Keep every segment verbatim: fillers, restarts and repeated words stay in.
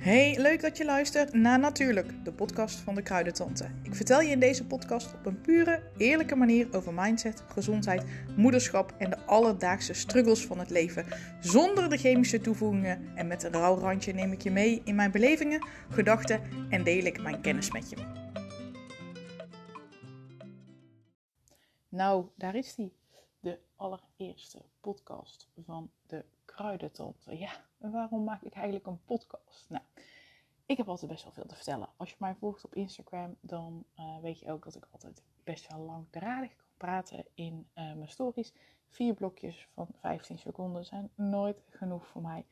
Hey, leuk dat je luistert naar Natuurlijk, de podcast van de Kruidentante. Ik vertel je in deze podcast op een pure, eerlijke manier over mindset, gezondheid, moederschap en de alledaagse struggles van het leven. Zonder de chemische toevoegingen en met een rauw randje neem ik je mee in mijn belevingen, gedachten en deel ik mijn kennis met je. Nou, daar is die. De allereerste podcast van de Kruidentante. Ja, en waarom maak ik eigenlijk een podcast? Nou, ik heb altijd best wel veel te vertellen. Als je mij volgt op Instagram, dan uh, weet je ook dat ik altijd best wel langdradig kan praten in uh, mijn stories. Vier blokjes van vijftien seconden zijn nooit genoeg voor mij.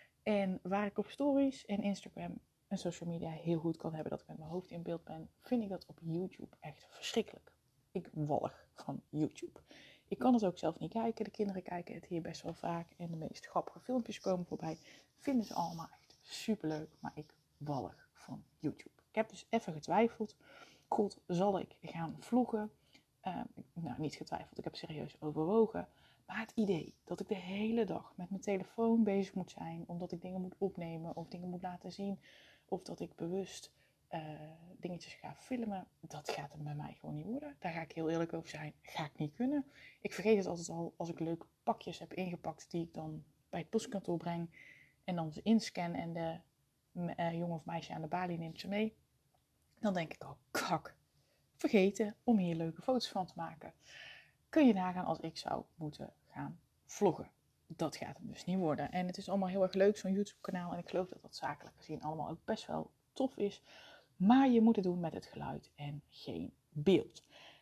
En waar ik op stories en Instagram en social media heel goed kan hebben dat ik met mijn hoofd in beeld ben, vind ik dat op YouTube echt verschrikkelijk. Ik walg van YouTube. Ik kan het ook zelf niet kijken. De kinderen kijken het hier best wel vaak. En de meest grappige filmpjes komen voorbij. Vinden ze allemaal echt superleuk. Maar ik walg van YouTube. Ik heb dus even getwijfeld. God, zal ik gaan vloggen? Uh, nou, niet getwijfeld. Ik heb serieus overwogen. Maar het idee dat ik de hele dag met mijn telefoon bezig moet zijn. Omdat ik dingen moet opnemen of dingen moet laten zien. Of dat ik bewust Uh, dingetjes ga filmen, dat gaat het bij mij gewoon niet worden. Daar ga ik heel eerlijk over zijn. Ga ik niet kunnen. Ik vergeet het altijd al als ik leuke pakjes heb ingepakt die ik dan bij het postkantoor breng en dan ze inscan en de uh, jongen of meisje aan de balie neemt ze mee. Dan denk ik al, kak, vergeten om hier leuke foto's van te maken. Kun je nagaan als ik zou moeten gaan vloggen. Dat gaat hem dus niet worden. En het is allemaal heel erg leuk, zo'n YouTube kanaal. En ik geloof dat dat zakelijk gezien allemaal ook best wel tof is. Maar je moet het doen met het geluid en geen beeld.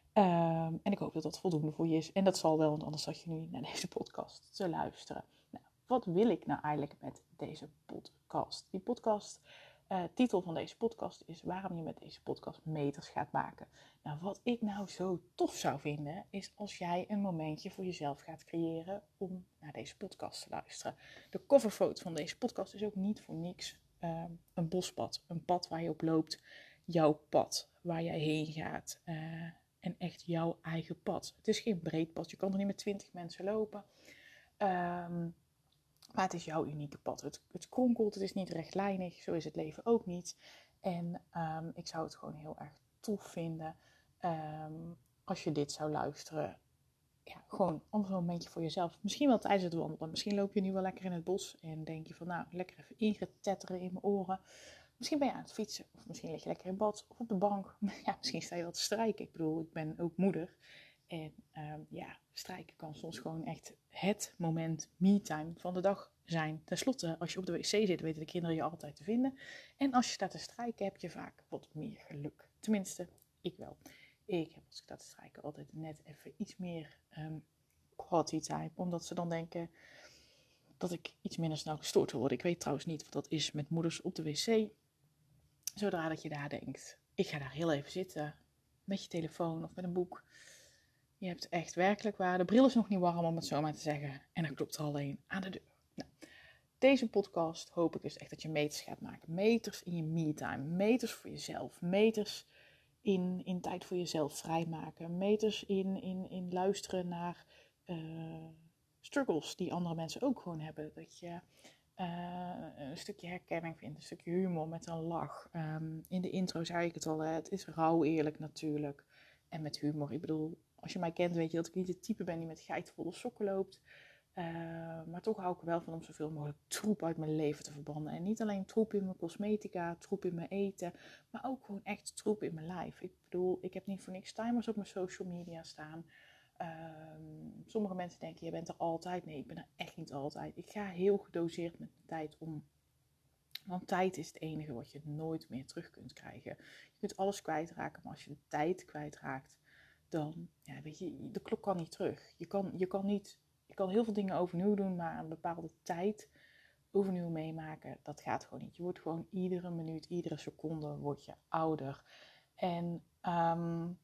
Um, en ik hoop dat dat voldoende voor je is. En dat zal wel, want anders zat je nu niet naar deze podcast te luisteren. Nou, wat wil ik nou eigenlijk met deze podcast? Die podcast, uh, titel van deze podcast is waarom je met deze podcast meters gaat maken. Nou, wat ik nou zo tof zou vinden, is als jij een momentje voor jezelf gaat creëren om naar deze podcast te luisteren. De coverfoto van deze podcast is ook niet voor niks Uh, een bospad, een pad waar je op loopt, jouw pad, waar jij heen gaat uh, en echt jouw eigen pad. Het is geen breed pad, je kan er niet met twintig mensen lopen, um, maar het is jouw unieke pad. Het, het kronkelt, het is niet rechtlijnig, zo is het leven ook niet. En um, ik zou het gewoon heel erg tof vinden um, als je dit zou luisteren. Ja, gewoon een momentje voor jezelf. Misschien wel tijdens het wandelen. Misschien loop je nu wel lekker in het bos en denk je van nou, lekker even ingetetteren in mijn oren. Misschien ben je aan het fietsen of misschien lig je lekker in bad of op de bank. Ja, misschien sta je wel te strijken. Ik bedoel, ik ben ook moeder. En um, ja, strijken kan soms gewoon echt het moment me-time van de dag zijn. Ten slotte, als je op de wc zit, weten de kinderen je altijd te vinden. En als je staat te strijken, heb je vaak wat meer geluk. Tenminste, ik wel. Ik heb als ik sta te strijken altijd net even iets meer um, quality time. Omdat ze dan denken dat ik iets minder snel gestoord wil worden. Ik weet trouwens niet wat dat is met moeders op de wc. Zodra dat je daar denkt, ik ga daar heel even zitten met je telefoon of met een boek. Je hebt echt werkelijk waar. De bril is nog niet warm om het zo maar te zeggen. En dan klopt er alleen aan de deur. Nou, deze podcast hoop ik dus echt dat je meters gaat maken. Meters in je me-time. Meters voor jezelf. Meters in, in tijd voor jezelf vrijmaken. Meters in, in, in luisteren naar uh, struggles die andere mensen ook gewoon hebben. Dat je uh, een stukje herkenning vindt. Een stukje humor met een lach. Um, in de intro zei ik het al. Hè, het is rauw eerlijk natuurlijk. En met humor. Ik bedoel, als je mij kent weet je dat ik niet het type ben die met geitenvolle sokken loopt. Uh, maar toch hou ik er wel van om zoveel mogelijk troep uit mijn leven te verbannen. En niet alleen troep in mijn cosmetica, troep in mijn eten, maar ook gewoon echt troep in mijn lijf. Ik bedoel, ik heb niet voor niks timers op mijn social media staan. Uh, sommige mensen denken, je bent er altijd. Nee, ik ben er echt niet altijd. Ik ga heel gedoseerd met mijn tijd om. Want tijd is het enige wat je nooit meer terug kunt krijgen. Je kunt alles kwijtraken, maar als je de tijd kwijtraakt, dan, ja, weet je, de klok kan niet terug. Je kan, je kan niet... Je kan heel veel dingen overnieuw doen, maar een bepaalde tijd overnieuw meemaken, dat gaat gewoon niet. Je wordt gewoon iedere minuut, iedere seconde word je ouder. En um,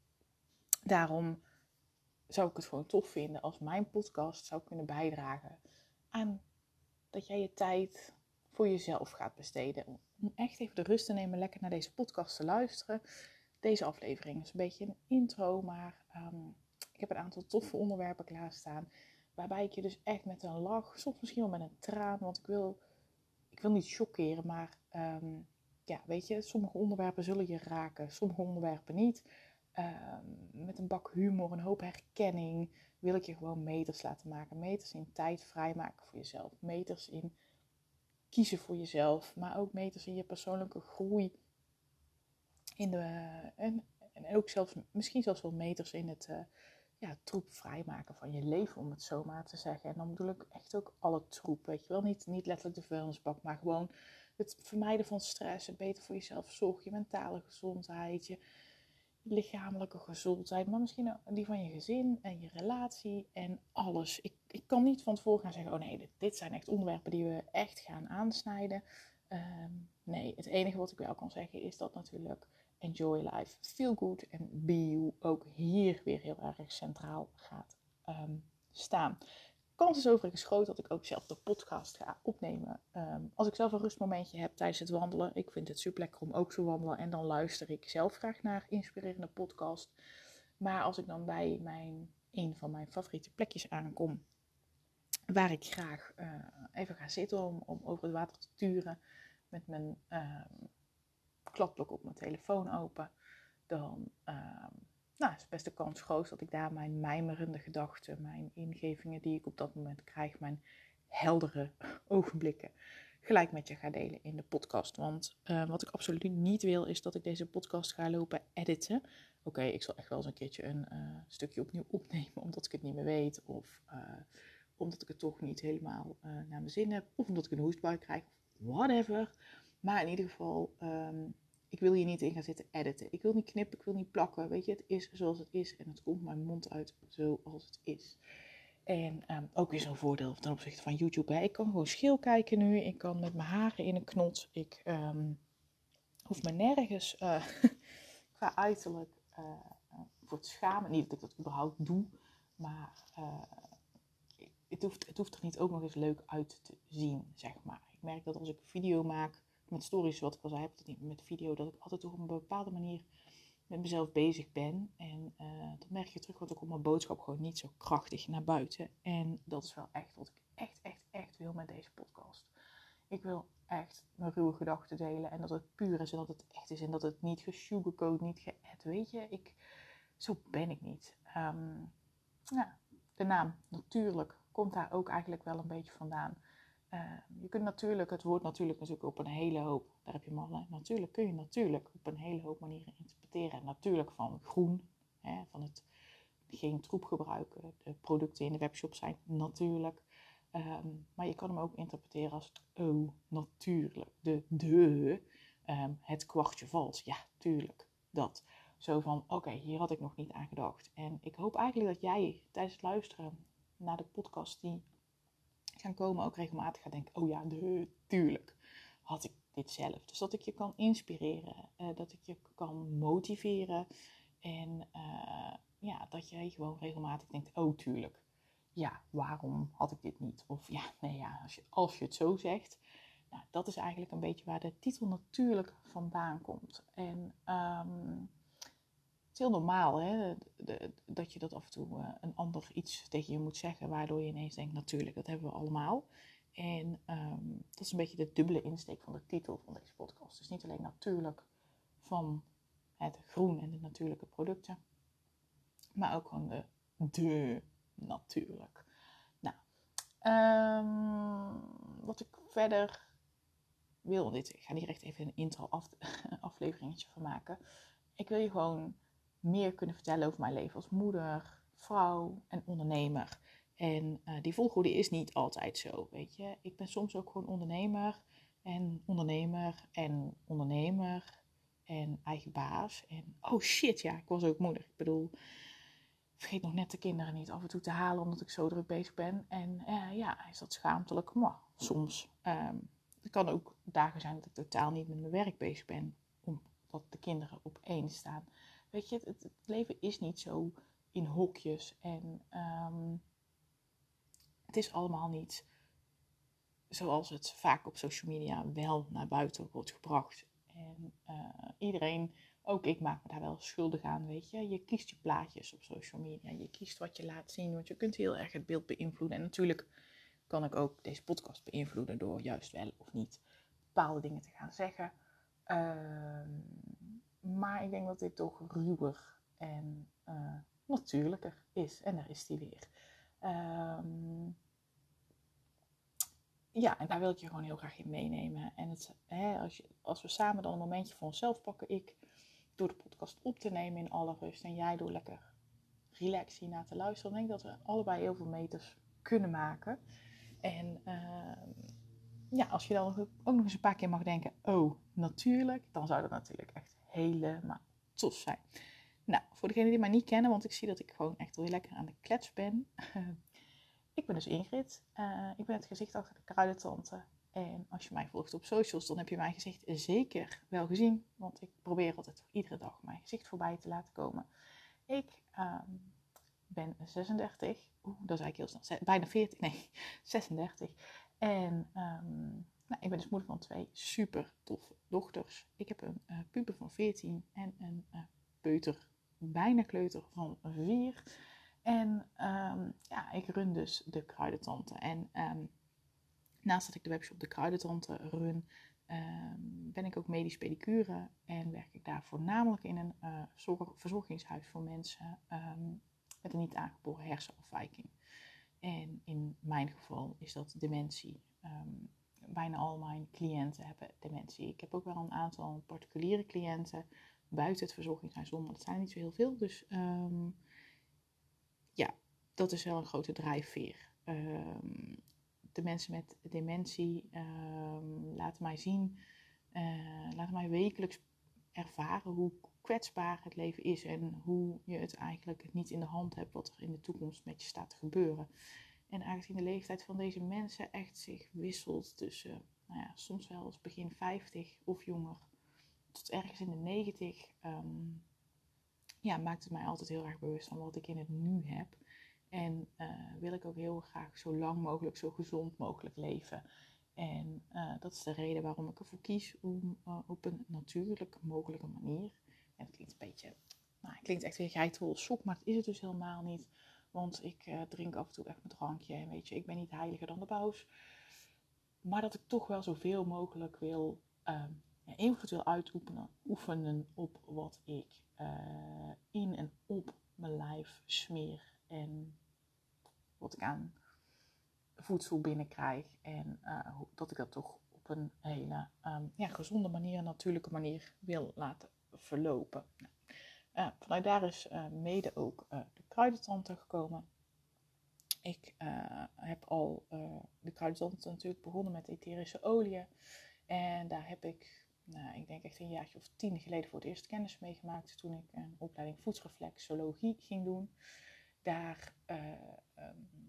daarom zou ik het gewoon tof vinden als mijn podcast zou kunnen bijdragen aan dat jij je tijd voor jezelf gaat besteden. Om echt even de rust te nemen, lekker naar deze podcast te luisteren. Deze aflevering is een beetje een intro, maar um, ik heb een aantal toffe onderwerpen klaarstaan. Waarbij ik je dus echt met een lach, soms misschien wel met een traan, want ik wil, ik wil niet chockeren, maar um, ja, weet je, sommige onderwerpen zullen je raken, sommige onderwerpen niet. Um, met een bak humor, een hoop herkenning, wil ik je gewoon meters laten maken. Meters in tijd vrijmaken voor jezelf. Meters in kiezen voor jezelf, maar ook meters in je persoonlijke groei. In de, en, en ook zelfs, misschien zelfs wel meters in het uh, ja, troep vrijmaken van je leven, om het zo maar te zeggen. En dan bedoel ik echt ook alle troep, weet je wel. Niet, niet letterlijk de vuilnisbak, maar gewoon het vermijden van stress, het beter voor jezelf zorgen, je mentale gezondheid, je lichamelijke gezondheid, maar misschien ook die van je gezin en je relatie en alles. Ik, ik kan niet van tevoren gaan zeggen, oh nee, dit, dit zijn echt onderwerpen die we echt gaan aansnijden. Um, nee, het enige wat ik wel kan zeggen is dat natuurlijk enjoy life, feel good en be you ook hier weer heel erg centraal gaat um, staan. De kans is overigens groot dat ik ook zelf de podcast ga opnemen. Um, als ik zelf een rustmomentje heb tijdens het wandelen. Ik vind het super lekker om ook te wandelen. En dan luister ik zelf graag naar inspirerende podcast. Maar als ik dan bij mijn, een van mijn favoriete plekjes aankom. Waar ik graag uh, even ga zitten om, om over het water te turen. Met mijn uh, kladblok op mijn telefoon open. Dan... Uh, Nou, is best de kans groot dat ik daar mijn mijmerende gedachten, mijn ingevingen die ik op dat moment krijg, mijn heldere ogenblikken, gelijk met je ga delen in de podcast. Want uh, wat ik absoluut niet wil, is dat ik deze podcast ga lopen editen. Oké, okay, ik zal echt wel eens een keertje een uh, stukje opnieuw opnemen, omdat ik het niet meer weet. Of uh, omdat ik het toch niet helemaal uh, naar mijn zin heb. Of omdat ik een hoestbui krijg. Whatever. Maar in ieder geval... Um, Ik wil hier niet in gaan zitten editen. Ik wil niet knippen, ik wil niet plakken. Weet je, het is zoals het is. En het komt mijn mond uit zoals het is. En um, ook weer zo'n voordeel ten opzichte van YouTube. Hè. Ik kan gewoon scheel kijken nu. Ik kan met mijn haren in een knot. Ik um, hoef me nergens uh, qua uiterlijk uh, uh, voor te schamen. Niet dat ik dat überhaupt doe. Maar uh, het, hoeft, het hoeft er niet ook nog eens leuk uit te zien, zeg maar. Ik merk dat als ik een video maak... Met stories, wat ik al zei, heb ik het niet met video, dat ik altijd toch op een bepaalde manier met mezelf bezig ben. En uh, dat merk je terug, want ik kom mijn boodschap gewoon niet zo krachtig naar buiten. En dat is wel echt wat ik echt, echt, echt wil met deze podcast. Ik wil echt mijn ruwe gedachten delen en dat het puur is en dat het echt is en dat het niet gesugarcoat, niet geëd. Weet je, ik, zo ben ik niet. Um, ja, de naam natuurlijk komt daar ook eigenlijk wel een beetje vandaan. Uh, je kunt natuurlijk, het woord natuurlijk natuurlijk op een hele hoop, daar heb je hem al, hè? Natuurlijk kun je natuurlijk op een hele hoop manieren interpreteren. Natuurlijk van groen, hè, van het geen troep gebruiken, de producten in de webshop zijn natuurlijk. Um, maar je kan hem ook interpreteren als, oh, natuurlijk, de, de, um, het kwartje valt. Ja, tuurlijk, dat. Zo van, oké, okay, hier had ik nog niet aan gedacht. En ik hoop eigenlijk dat jij tijdens het luisteren naar de podcast die gaan komen ook regelmatig gaat denken, oh ja, de, tuurlijk had ik dit zelf. Dus dat ik je kan inspireren, uh, dat ik je kan motiveren en uh, ja, dat jij gewoon regelmatig denkt, oh tuurlijk, ja, waarom had ik dit niet? Of ja, nee ja, als je, als je het zo zegt, nou, dat is eigenlijk een beetje waar de titel natuurlijk vandaan komt. En um, het is heel normaal, hè, de, de, dat je dat af en toe uh, een ander iets tegen je moet zeggen, waardoor je ineens denkt, natuurlijk, dat hebben we allemaal. En um, dat is een beetje de dubbele insteek van de titel van deze podcast. Dus niet alleen natuurlijk van het groen en de natuurlijke producten, maar ook gewoon de, de natuurlijk. Nou, um, wat ik verder wil, dit, ik ga hier echt even een intro af, afleveringetje van maken. Ik wil je gewoon meer kunnen vertellen over mijn leven als moeder, vrouw en ondernemer. En uh, die volgorde is niet altijd zo, weet je. Ik ben soms ook gewoon ondernemer en ondernemer en ondernemer en eigen baas. En oh shit, ja, ik was ook moeder. Ik bedoel, vergeet nog net de kinderen niet af en toe te halen omdat ik zo druk bezig ben. En uh, ja, is dat schaamtelijk? Maar soms. Um, het kan ook dagen zijn dat ik totaal niet met mijn werk bezig ben, omdat de kinderen op één staan. Weet je, het, het leven is niet zo in hokjes. En um, het is allemaal niet zoals het vaak op social media wel naar buiten wordt gebracht. En uh, iedereen, ook ik maak me daar wel schuldig aan, weet je. Je kiest je plaatjes op social media. Je kiest wat je laat zien, want je kunt heel erg het beeld beïnvloeden. En natuurlijk kan ik ook deze podcast beïnvloeden door juist wel of niet bepaalde dingen te gaan zeggen. Uh, maar ik denk dat dit toch ruwer en uh, natuurlijker is. En daar is die weer. Um, ja, en daar wil ik je gewoon heel graag in meenemen. En het, hè, als, je, als we samen dan een momentje voor onszelf pakken. Ik door de podcast op te nemen in alle rust. En jij door lekker relax hiernaar te luisteren. Dan denk ik dat we allebei heel veel meters kunnen maken. En uh, ja, als je dan ook nog eens een paar keer mag denken. Oh, natuurlijk. Dan zou dat natuurlijk echt helemaal tof zijn. Nou, voor degenen die mij niet kennen. Want ik zie dat ik gewoon echt heel lekker aan de klets ben. Ik ben dus Ingrid. Uh, ik ben het gezicht achter de Kruidentante. En als je mij volgt op socials, dan heb je mijn gezicht zeker wel gezien. Want ik probeer altijd iedere dag mijn gezicht voorbij te laten komen. Ik um, ben zesendertig. Oeh, dat is eigenlijk heel snel. Bijna veertig. Nee, zesendertig. En um, nou, ik ben dus moeder van twee super toffe dochters. Ik heb een uh, puber van veertien en een uh, peuter, bijna kleuter van vier. En um, ja, ik run dus de Kruidentante. En um, naast dat ik de webshop de Kruidentante run, um, ben ik ook medisch pedicure. En werk ik daar voornamelijk in een uh, zorg, verzorgingshuis voor mensen um, met een niet aangeboren hersenafwijking. En in mijn geval is dat dementie. Um, bijna al mijn cliënten hebben dementie. Ik heb ook wel een aantal particuliere cliënten buiten het verzorgingshuis om. Maar dat zijn niet zo heel veel. Dus um, ja, dat is wel een grote drijfveer. Um, de mensen met dementie um, laten mij zien, uh, laten mij wekelijks ervaren hoe kwetsbaar het leven is. En hoe je het eigenlijk niet in de hand hebt wat er in de toekomst met je staat te gebeuren. En aangezien de leeftijd van deze mensen echt zich wisselt tussen, nou ja, soms wel eens begin vijftig of jonger, tot ergens in de negentig, um, ja, maakt het mij altijd heel erg bewust van wat ik in het nu heb. En uh, wil ik ook heel graag zo lang mogelijk, zo gezond mogelijk leven. En uh, dat is de reden waarom ik ervoor kies om uh, op een natuurlijk mogelijke manier. En het klinkt een beetje, nou, het klinkt echt weer geitenwolle sok, maar dat is het dus helemaal niet. Want ik uh, drink af en toe echt mijn drankje. En weet je, ik ben niet heiliger dan de paus. Maar dat ik toch wel zoveel mogelijk wil, uh, ja, invloed wil uitoefenen oefenen op wat ik uh, in en op mijn lijf smeer. En wat ik aan voedsel binnenkrijg. En uh, dat ik dat toch op een hele um, ja, gezonde manier, een natuurlijke manier wil laten verlopen. Nou, uh, vanuit daar is uh, mede ook uh, de Kruidentante gekomen. Ik uh, heb al uh, de Kruidentante natuurlijk begonnen met etherische oliën. En daar heb ik, nou, ik denk echt een jaartje of tien geleden voor het eerst kennis mee gemaakt. Toen ik een opleiding voedsreflexologie ging doen. Daar, uh, um,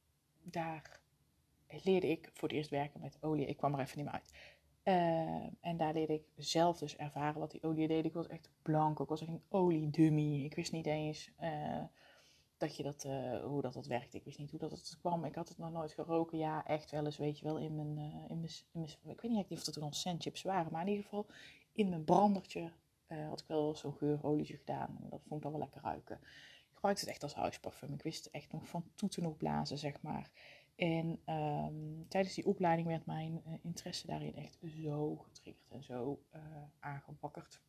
daar leerde ik voor het eerst werken met olie. Ik kwam er even niet meer uit. Uh, en daar leerde ik zelf dus ervaren wat die olie deed. Ik was echt blank. Ik was echt een oliedummy. Ik wist niet eens uh, dat je dat, uh, hoe dat, dat werkte. Ik wist niet hoe dat het kwam. Ik had het nog nooit geroken. Ja, echt wel eens, weet je wel, in mijn... Uh, in mijn, in mijn ik weet niet of dat toen al sandchips waren. Maar in ieder geval in mijn brandertje uh, had ik wel zo'n geurolietje gedaan. En dat vond ik dan wel lekker ruiken. Ik gebruikte het echt als huisparfum. Ik wist echt nog van toeten nog blazen, zeg maar. En um, tijdens die opleiding werd mijn uh, interesse daarin echt zo getriggerd en zo uh, aangewakkerd.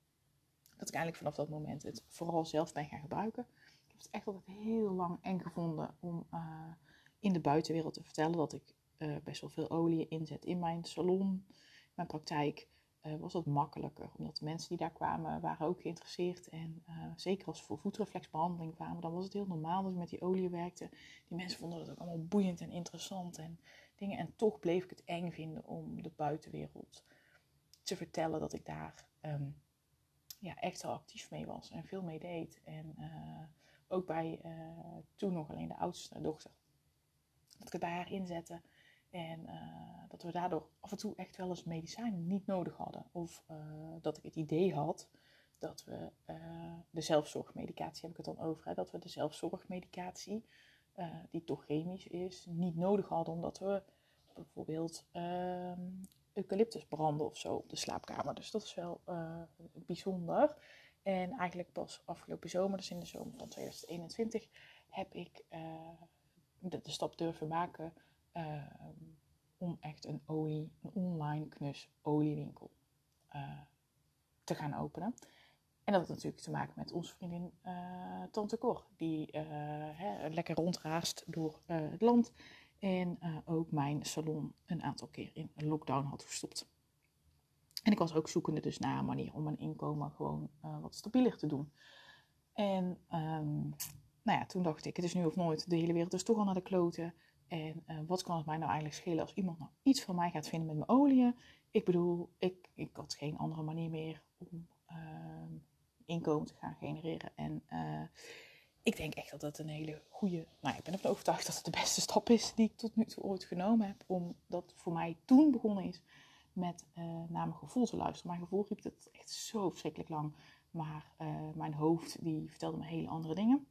Dat ik eigenlijk vanaf dat moment het vooral zelf ben gaan gebruiken. Ik heb het echt altijd heel lang eng gevonden om uh, in de buitenwereld te vertellen dat ik uh, best wel veel olie inzet in mijn salon, mijn praktijk. Uh, was dat makkelijker, omdat de mensen die daar kwamen waren ook geïnteresseerd. En uh, zeker als ze voor voetreflexbehandeling kwamen, dan was het heel normaal dat ik met die olie werkte. Die mensen vonden dat ook allemaal boeiend en interessant en dingen. En toch bleef ik het eng vinden om de buitenwereld te vertellen dat ik daar um, ja, echt al actief mee was en veel mee deed. En uh, ook bij uh, toen nog alleen de oudste dochter, dat ik het bij haar inzette. En uh, dat we daardoor af en toe echt wel eens medicijnen niet nodig hadden. Of uh, dat ik het idee had dat we uh, de zelfzorgmedicatie, heb ik het dan over, hè, dat we de zelfzorgmedicatie, uh, die toch chemisch is, niet nodig hadden. Omdat we bijvoorbeeld uh, eucalyptus branden of zo op de slaapkamer. Dus dat is wel uh, bijzonder. En eigenlijk pas afgelopen zomer, dus in de zomer van tweeduizend eenentwintig, heb ik uh, de, de stap durven maken... Uh, om echt een olie, een online knus oliewinkel uh, te gaan openen. En dat had natuurlijk te maken met onze vriendin uh, Tante Cor, die uh, hè, lekker rondraast door uh, het land. En uh, ook mijn salon een aantal keer in een lockdown had gestopt. En ik was ook zoekende dus naar een manier om mijn inkomen gewoon uh, wat stabieler te doen. En um, nou ja, toen dacht ik, het is nu of nooit, de hele wereld is toch al naar de kloten. En uh, wat kan het mij nou eigenlijk schelen als iemand nou iets van mij gaat vinden met mijn oliën? Ik bedoel, ik, ik had geen andere manier meer om uh, inkomen te gaan genereren. En uh, ik denk echt dat dat een hele goede, nou ik ben ervan overtuigd dat het de beste stap is die ik tot nu toe ooit genomen heb. Omdat voor mij toen begonnen is met uh, naar mijn gevoel te luisteren. Mijn gevoel riep het echt zo verschrikkelijk lang. Maar uh, mijn hoofd die vertelde me hele andere dingen.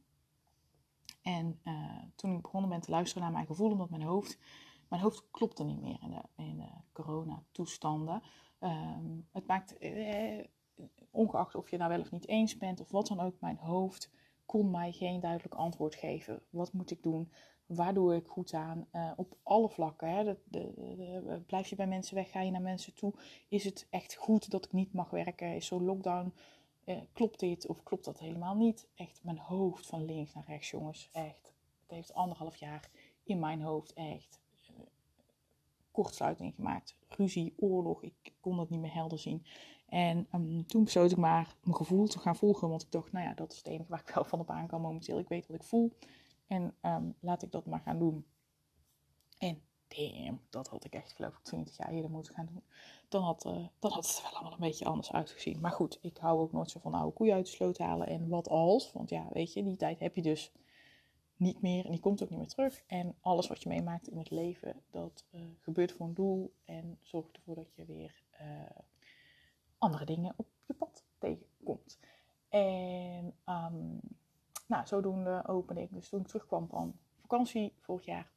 En uh, toen ik begonnen ben te luisteren naar mijn gevoel, omdat mijn hoofd, mijn hoofd klopte niet meer in de, in de coronatoestanden. Um, het maakt, eh, ongeacht of je nou wel of niet eens bent of wat dan ook, mijn hoofd kon mij geen duidelijk antwoord geven. Wat moet ik doen? Waar doe ik goed aan? Uh, op alle vlakken. Hè? De, de, de, de, blijf je bij mensen weg? Ga je naar mensen toe? Is het echt goed dat ik niet mag werken? Is zo'n lockdown... Uh, klopt dit of klopt dat helemaal niet? Echt mijn hoofd van links naar rechts, jongens. Echt. Het heeft anderhalf jaar in mijn hoofd echt uh, kortsluiting gemaakt. Ruzie, oorlog. Ik kon dat niet meer helder zien. En um, toen besloot ik maar mijn gevoel te gaan volgen. Want ik dacht, nou ja, dat is het enige waar ik wel van op aan kan momenteel. Ik weet wat ik voel. En um, laat ik dat maar gaan doen. En damn, dat had ik echt geloof ik twintig jaar eerder moeten gaan doen. Dan had, uh, dan had het er wel allemaal een beetje anders uitgezien. Maar goed, ik hou ook nooit zo van oude koeien uit de sloot halen. En wat als, want ja, weet je, die tijd heb je dus niet meer. En die komt ook niet meer terug. En alles wat je meemaakt in het leven, dat uh, gebeurt voor een doel. En zorgt ervoor dat je weer uh, andere dingen op je pad tegenkomt. En um, nou, zodoende opende ik dus toen ik terugkwam van vakantie vorig jaar,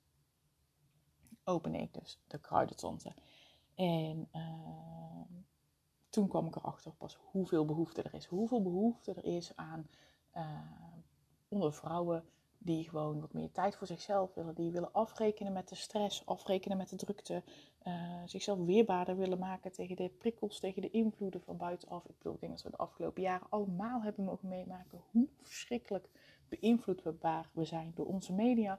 opende ik dus de Kruidentante. En uh, toen kwam ik erachter pas hoeveel behoefte er is. Hoeveel behoefte er is aan uh, onder vrouwen die gewoon wat meer tijd voor zichzelf willen. Die willen afrekenen met de stress, afrekenen met de drukte. Uh, zichzelf weerbaarder willen maken tegen de prikkels, tegen de invloeden van buitenaf. Ik bedoel, ik denk dat we de afgelopen jaren allemaal hebben mogen meemaken hoe verschrikkelijk beïnvloedbaar we zijn door onze media.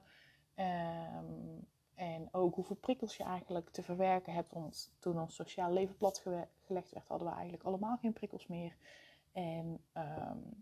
Um, En ook hoeveel prikkels je eigenlijk te verwerken hebt. Want toen ons sociaal leven platgelegd werd, hadden we eigenlijk allemaal geen prikkels meer. En um,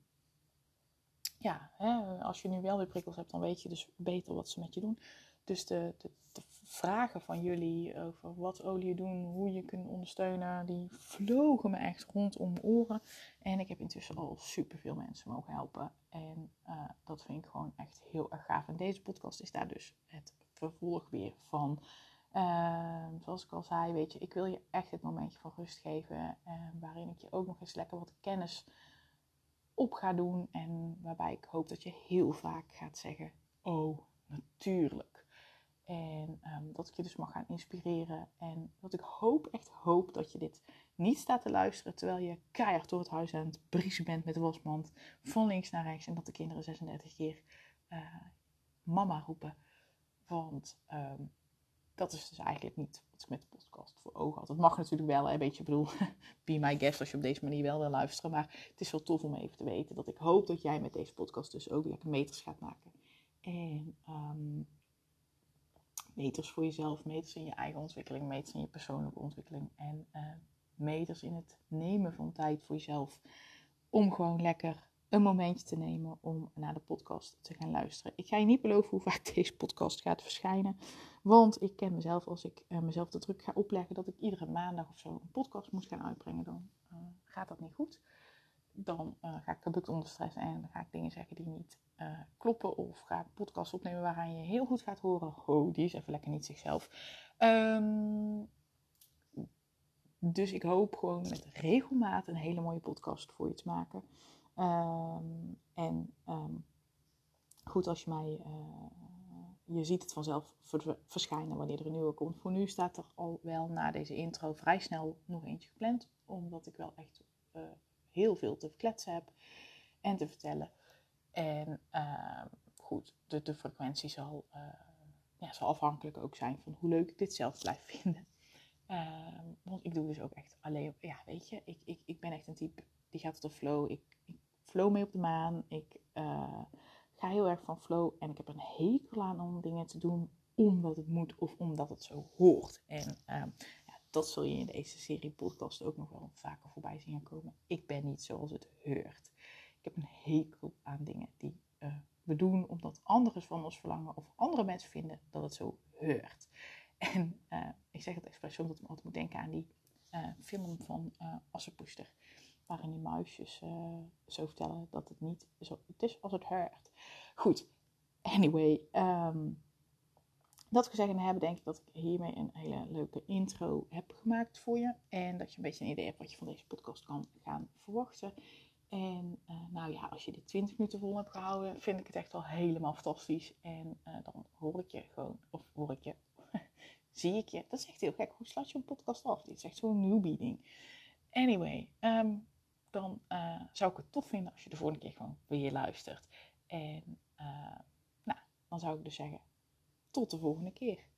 ja, hè, als je nu wel weer prikkels hebt, dan weet je dus beter wat ze met je doen. Dus de, de, de vragen van jullie over wat olie doen, hoe je kunt ondersteunen, die vlogen me echt rondom mijn oren. En ik heb intussen al superveel mensen mogen helpen. En uh, dat vind ik gewoon echt heel erg gaaf. En deze podcast is daar dus het vervolg weer van. Uh, zoals ik al zei, weet je, ik wil je echt het momentje van rust geven. Uh, waarin ik je ook nog eens lekker wat kennis op ga doen. En waarbij ik hoop dat je heel vaak gaat zeggen, oh, natuurlijk. En um, dat ik je dus mag gaan inspireren. En dat ik hoop, echt hoop dat je dit niet staat te luisteren terwijl je keihard door het huis aan het briezen bent met de wasmand. Van links naar rechts. En dat de kinderen zesendertig keer uh, mama roepen. Want um, dat is dus eigenlijk niet wat ik met de podcast voor ogen had. Het mag natuurlijk wel, een beetje, ik bedoel, be my guest als je op deze manier wel wil luisteren. Maar het is wel tof om even te weten dat ik hoop dat jij met deze podcast dus ook lekker meters gaat maken. En um, meters voor jezelf, meters in je eigen ontwikkeling, meters in je persoonlijke ontwikkeling. En uh, meters in het nemen van tijd voor jezelf. Om gewoon lekker een momentje te nemen om naar de podcast te gaan luisteren. Ik ga je niet beloven hoe vaak deze podcast gaat verschijnen. Want ik ken mezelf, als ik uh, mezelf de druk ga opleggen dat ik iedere maandag of zo een podcast moet gaan uitbrengen, dan uh, gaat dat niet goed. Dan uh, ga ik kabukt onder stress en dan ga ik dingen zeggen die niet uh, kloppen. Of ga ik een podcast opnemen waaraan je heel goed gaat horen. Oh, die is even lekker niet zichzelf. Um, dus ik hoop gewoon met regelmaat een hele mooie podcast voor je te maken. Um, en um, goed, als je mij... Uh, je ziet het vanzelf verschijnen wanneer er een nieuwe komt. Voor nu staat er al wel na deze intro vrij snel nog eentje gepland. Omdat ik wel echt uh, heel veel te kletsen heb en te vertellen. En uh, goed, de, de frequentie zal uh, ja, zal afhankelijk ook zijn van hoe leuk ik dit zelf blijf vinden. Uh, want ik doe dus ook echt alleen, ja weet je, ik, ik, ik ben echt een type die gaat op de flow. Ik, ik flow mee op de maan. Ik uh, ga heel erg van flow en ik heb een hekel aan om dingen te doen omdat het moet of omdat het zo hoort. En uh, ja, dat zul je in deze serie podcast ook nog wel vaker voorbij zien komen. Ik ben niet zoals het heurt. Ik heb een hekel aan dingen die uh, we doen omdat anderen van ons verlangen of andere mensen vinden dat het zo heurt. En uh, ik zeg het expres omdat ik me altijd moet denken aan die uh, film van uh, Assepoester. Waarin die muisjes uh, zo vertellen dat het niet zo het is als het heurt. Goed, anyway. Um, dat gezegd en hebben denk ik dat ik hiermee een hele leuke intro heb gemaakt voor je. En dat je een beetje een idee hebt wat je van deze podcast kan gaan verwachten. En uh, nou ja, als je dit twintig minuten vol hebt gehouden, vind ik het echt wel helemaal fantastisch. En uh, dan hoor ik je gewoon, of hoor ik je, zie ik je. Dat is echt heel gek. Hoe sluit je een podcast af? Dit is echt zo'n newbie ding. Anyway, um, dan uh, zou ik het tof vinden als je de volgende keer gewoon weer luistert. En uh, nou, dan zou ik dus zeggen, tot de volgende keer.